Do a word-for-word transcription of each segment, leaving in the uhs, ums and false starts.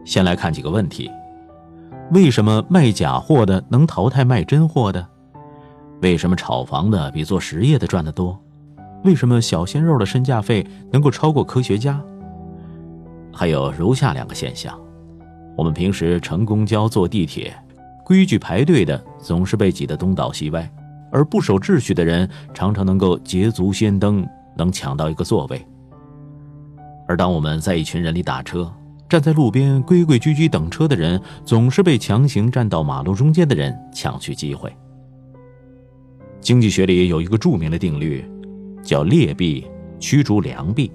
先来看几个问题：为什么卖假货的能淘汰卖真货的？为什么炒房的比做实业的赚得多？为什么小鲜肉的身价费能够超过科学家？还有如下两个现象：我们平时乘公交坐地铁，规矩排队的总是被挤得东倒西歪，而不守秩序的人常常能够捷足先登，能抢到一个座位。而当我们在一群人里打车，站在路边规规矩矩等车的人总是被强行站到马路中间的人抢去机会。经济学里有一个著名的定律，叫劣币驱逐良币。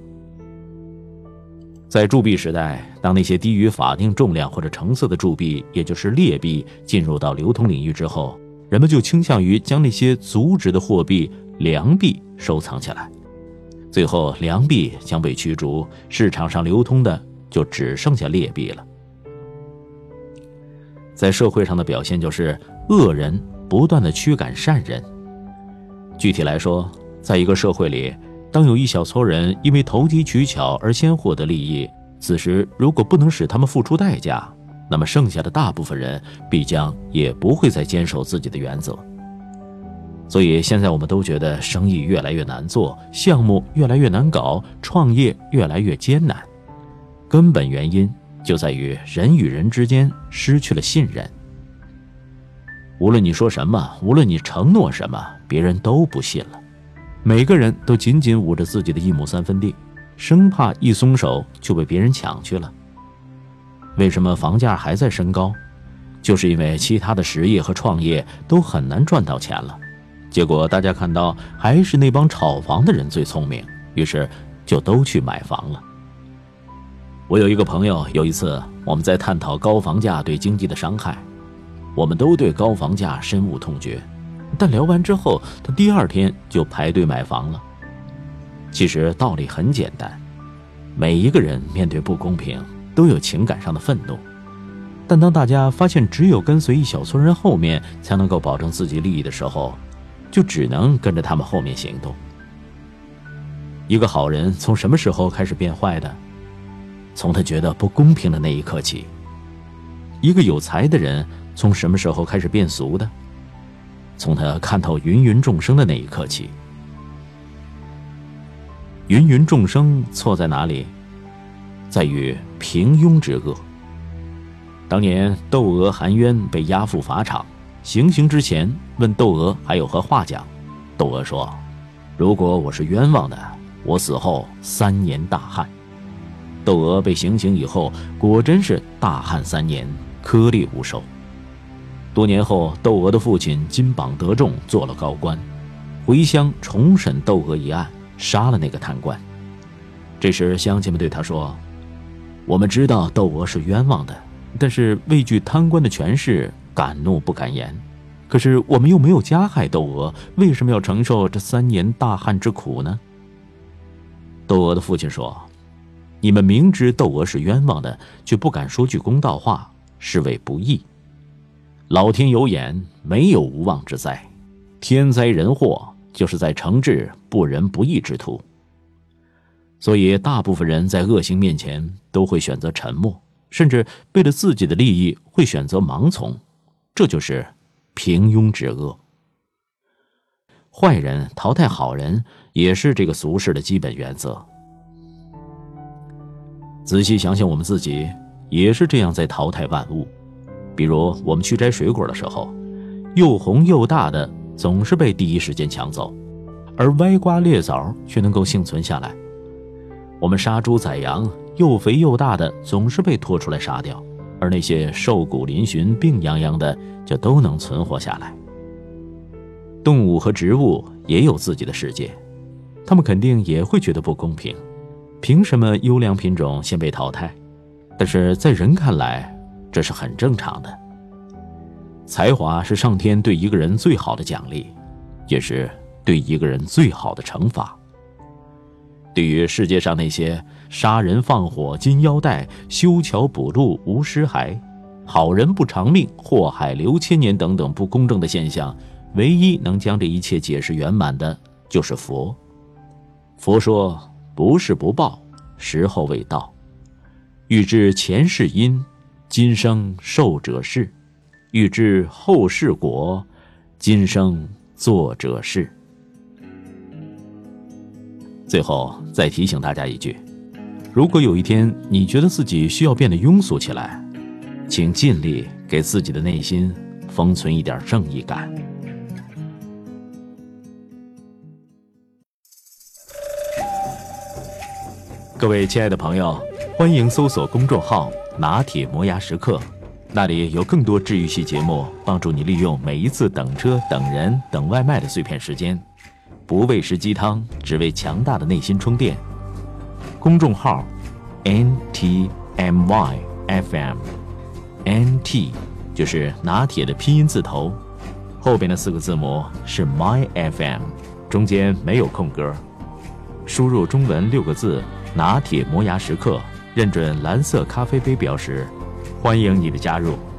在铸币时代，当那些低于法定重量或者成色的铸币，也就是劣币进入到流通领域之后，人们就倾向于将那些足值的货币良币收藏起来，最后良币将被驱逐，市场上流通的就只剩下劣币了。在社会上的表现就是恶人不断地驱赶善人。具体来说，在一个社会里，当有一小撮人因为投机取巧而先获得利益，此时如果不能使他们付出代价，那么剩下的大部分人必将也不会再坚守自己的原则。所以现在我们都觉得生意越来越难做，项目越来越难搞，创业越来越艰难。根本原因就在于人与人之间失去了信任。无论你说什么，无论你承诺什么，别人都不信了。每个人都紧紧捂着自己的一亩三分地，生怕一松手就被别人抢去了。为什么房价还在升高？就是因为其他的实业和创业都很难赚到钱了，结果大家看到还是那帮炒房的人最聪明，于是就都去买房了。我有一个朋友，有一次我们在探讨高房价对经济的伤害，我们都对高房价深恶痛绝，但聊完之后，他第二天就排队买房了。其实道理很简单，每一个人面对不公平都有情感上的愤怒，但当大家发现只有跟随一小撮人后面才能够保证自己利益的时候，就只能跟着他们后面行动。一个好人从什么时候开始变坏的？从他觉得不公平的那一刻起。一个有才的人从什么时候开始变俗的？从他看透芸芸众生的那一刻起。芸芸众生错在哪里？在于平庸之恶。当年窦娥、韩渊被押赴法场，行刑之前问窦娥还有何话讲，窦娥说：如果我是冤枉的，我死后三年大旱。窦娥被行刑以后，果真是大旱三年，颗粒无收。多年后，窦娥的父亲金榜得中，做了高官，回乡重审窦娥一案，杀了那个贪官。这时乡亲们对他说：我们知道窦娥是冤枉的，但是畏惧贪官的权势，敢怒不敢言。可是我们又没有加害窦娥，为什么要承受这三年大旱之苦呢？窦娥的父亲说：你们明知窦娥是冤枉的，却不敢说句公道话，是为不义。老天有眼，没有无妄之灾，天灾人祸就是在惩治不仁不义之徒。所以大部分人在恶行面前都会选择沉默，甚至为了自己的利益会选择盲从，这就是平庸之恶。坏人淘汰好人，也是这个俗世的基本原则。仔细想想我们自己，也是这样在淘汰万物。比如我们去摘水果的时候，又红又大的总是被第一时间抢走，而歪瓜裂枣却能够幸存下来。我们杀猪宰羊，又肥又大的总是被拖出来杀掉，而那些瘦骨嶙峋病殃殃的就都能存活下来。动物和植物也有自己的世界，它们肯定也会觉得不公平，凭什么优良品种先被淘汰？但是在人看来，这是很正常的。才华是上天对一个人最好的奖励，也是对一个人最好的惩罚。对于世界上那些杀人放火金腰带、修桥补路无尸骸、好人不偿命、祸害留千年等等不公正的现象，唯一能将这一切解释圆满的就是佛。佛说：不是不报，时候未到。欲知前世因， 今生受者是；欲知后事果，今生做者是。最后再提醒大家一句，如果有一天你觉得自己需要变得庸俗起来，请尽力给自己的内心封存一点正义感。各位亲爱的朋友，欢迎搜索公众号拿铁磨牙时刻，那里有更多治愈系节目，帮助你利用每一次等车、等人、等外卖的碎片时间，不喂食鸡汤，只为强大的内心充电。公众号 N T M Y F M， N T 就是拿铁的拼音字头，后边的四个字母是 My F M， 中间没有空格。输入中文六个字拿铁磨牙时刻，认准蓝色咖啡杯标识，欢迎你的加入。